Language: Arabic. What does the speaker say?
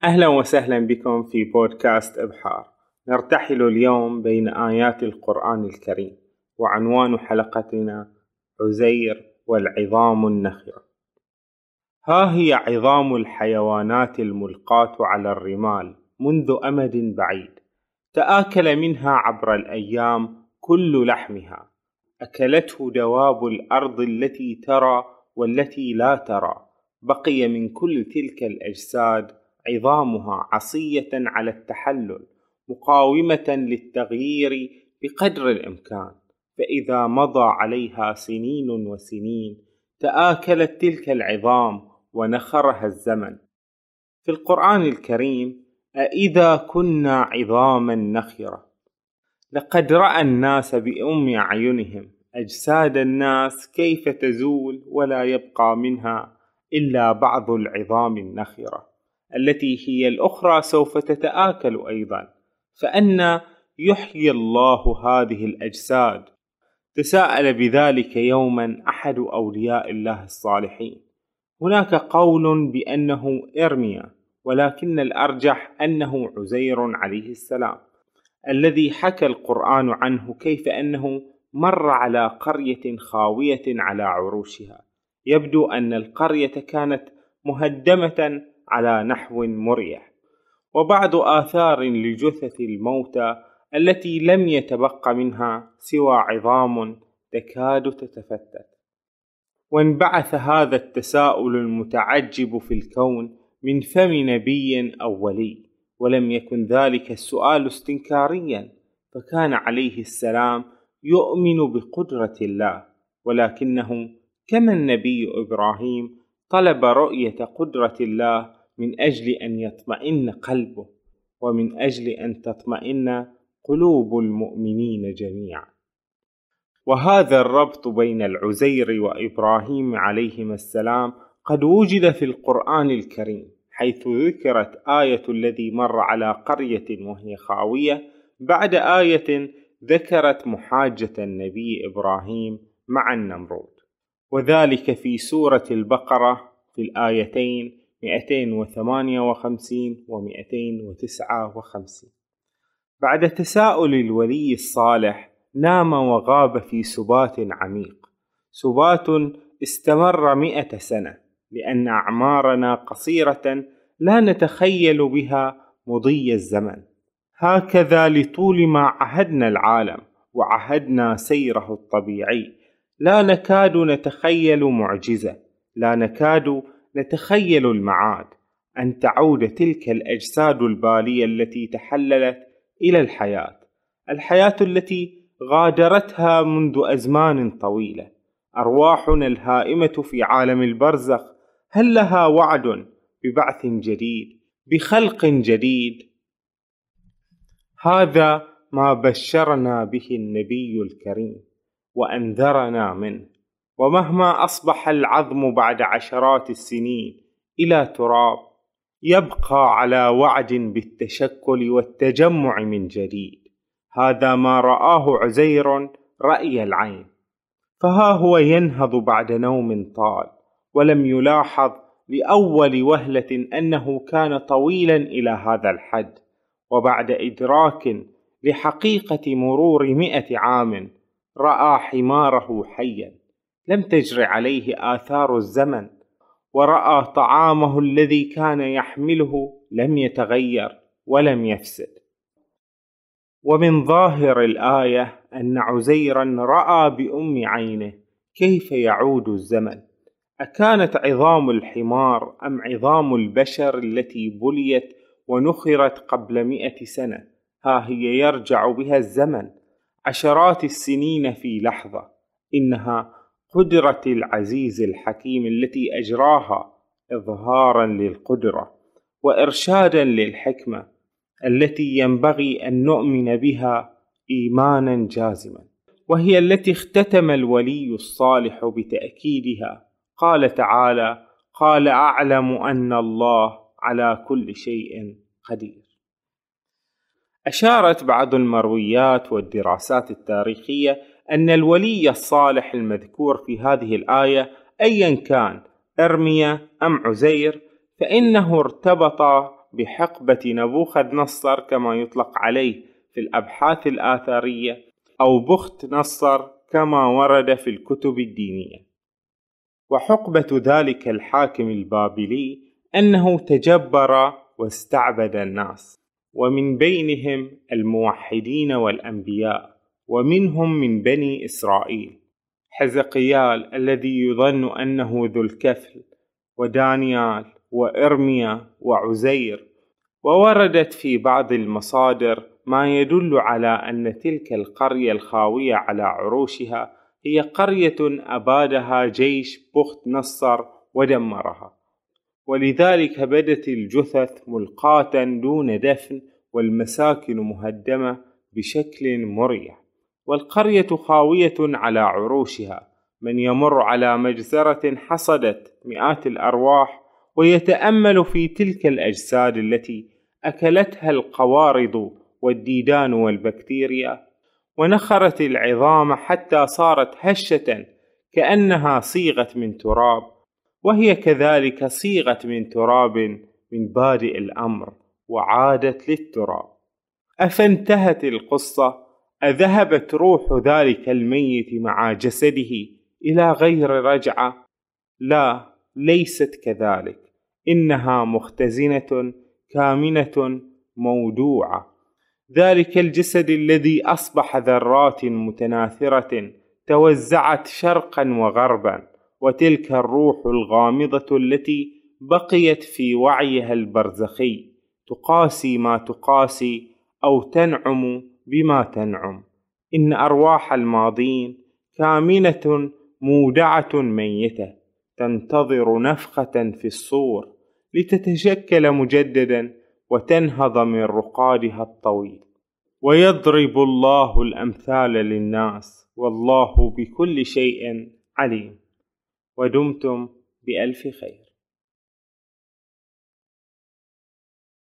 أهلا وسهلا بكم في بودكاست إبحار. نرتحل اليوم بين آيات القرآن الكريم، وعنوان حلقتنا عزير والعظام النخرة. ها هي عظام الحيوانات الملقاة على الرمال منذ أمد بعيد، تآكل منها عبر الأيام كل لحمها، أكلته دواب الأرض التي ترى والتي لا ترى، بقي من كل تلك الأجساد عظامها عصية على التحلل، مقاومة للتغيير بقدر الإمكان، فإذا مضى عليها سنين وسنين تآكلت تلك العظام ونخرها الزمن. في القرآن الكريم: أإذا كنا عظاما نخرة، لقد رأى الناس بأم أعينهم أجساد الناس كيف تزول ولا يبقى منها إلا بعض العظام النخرة التي هي الأخرى سوف تتآكل أيضا، فأنى يحيي الله هذه الأجساد؟ تساءل بذلك يوما أحد أولياء الله الصالحين. هناك قول بأنه إرميا، ولكن الأرجح أنه عزير عليه السلام، الذي حكى القرآن عنه كيف أنه مر على قرية خاوية على عروشها. يبدو أن القرية كانت مهدمة على نحو مريح، وبعض آثار لجثث الموتى التي لم يتبق منها سوى عظام تكاد تتفتت. وانبعث هذا التساؤل المتعجب في الكون من فم نبي أو ولي، ولم يكن ذلك السؤال استنكاريا، فكان عليه السلام يؤمن بقدرة الله، ولكنه كما النبي إبراهيم طلب رؤية قدرة الله من أجل أن يطمئن قلبه، ومن أجل أن تطمئن قلوب المؤمنين جميعا. وهذا الربط بين العزير وإبراهيم عليهما السلام قد وجد في القرآن الكريم، حيث ذكرت آية الذي مر على قرية وهي خاوية بعد آية ذكرت محاجة النبي إبراهيم مع النمرود، وذلك في سورة البقرة في الآيتين 258 و 259. بعد تساؤل الولي الصالح نام وغاب في سبات عميق، سبات استمر 100 سنة، لأن أعمارنا قصيرة لا نتخيل بها مضي الزمن. هكذا لطول ما عهدنا العالم وعهدنا سيره الطبيعي، لا نكاد نتخيل معجزة، لا نكاد نتخيل المعاد، أن تعود تلك الأجساد البالية التي تحللت إلى الحياة التي غادرتها منذ أزمان طويلة. أرواحنا الهائمة في عالم البرزخ هل لها وعد ببعث جديد، بخلق جديد؟ هذا ما بشرنا به النبي الكريم وأنذرنا منه. ومهما أصبح العظم بعد عشرات السنين إلى تراب، يبقى على وعد بالتشكل والتجمع من جديد. هذا ما رآه عزير رأي العين، فها هو ينهض بعد نوم طال، ولم يلاحظ لأول وهلة أنه كان طويلا إلى هذا الحد. وبعد إدراك لحقيقة مرور 100 عام رأى حماره حيا لم تجر عليه آثار الزمن، ورأى طعامه الذي كان يحمله لم يتغير ولم يفسد. ومن ظاهر الآية أن عزيرا رأى بأم عينه كيف يعود الزمن. أكانت عظام الحمار أم عظام البشر التي بليت ونخرت قبل 100 سنة؟ ها هي يرجع بها الزمن عشرات السنين في لحظة. إنها قدرة العزيز الحكيم التي أجراها إظهارا للقدرة وإرشادا للحكمة التي ينبغي أن نؤمن بها إيمانا جازما، وهي التي اختتم الولي الصالح بتأكيدها. قال تعالى: قال أعلم أن الله على كل شيء قدير. أشارت بعض المرويات والدراسات التاريخية أن الولي الصالح المذكور في هذه الآية أيا كان إرميا أم عزير، فإنه ارتبط بحقبة نبوخذ نصر كما يطلق عليه في الأبحاث الآثارية، أو بخت نصر كما ورد في الكتب الدينية. وحقبة ذلك الحاكم البابلي أنه تجبر واستعبد الناس، ومن بينهم الموحدين والأنبياء، ومنهم من بني إسرائيل حزقيال الذي يظن أنه ذو الكفل، ودانيال وإرميا وعزير. ووردت في بعض المصادر ما يدل على أن تلك القرية الخاوية على عروشها هي قرية أبادها جيش بخت نصر ودمرها، ولذلك بدت الجثث ملقاة دون دفن، والمساكن مهدمة بشكل مريع، والقرية خاوية على عروشها. من يمر على مجزرة حصدت مئات الأرواح ويتأمل في تلك الأجساد التي أكلتها القوارض والديدان والبكتيريا، ونخرت العظام حتى صارت هشة كأنها صيغت من تراب، وهي كذلك صيغت من تراب من بادئ الأمر وعادت للتراب. أفانتهت القصة؟ أذهبت روح ذلك الميت مع جسده إلى غير رجعة؟ لا، ليست كذلك، إنها مختزنة كامنة مودوعة. ذلك الجسد الذي أصبح ذرات متناثرة توزعت شرقا وغربا، وتلك الروح الغامضة التي بقيت في وعيها البرزخي تقاسي ما تقاسي أو تنعم بما تنعم. إن أرواح الماضين كامنة مودعة ميتة تنتظر نفخة في الصور لتتشكل مجددا وتنهض من رقادها الطويل. ويضرب الله الأمثال للناس والله بكل شيء عليم. ودمتم بألف خير.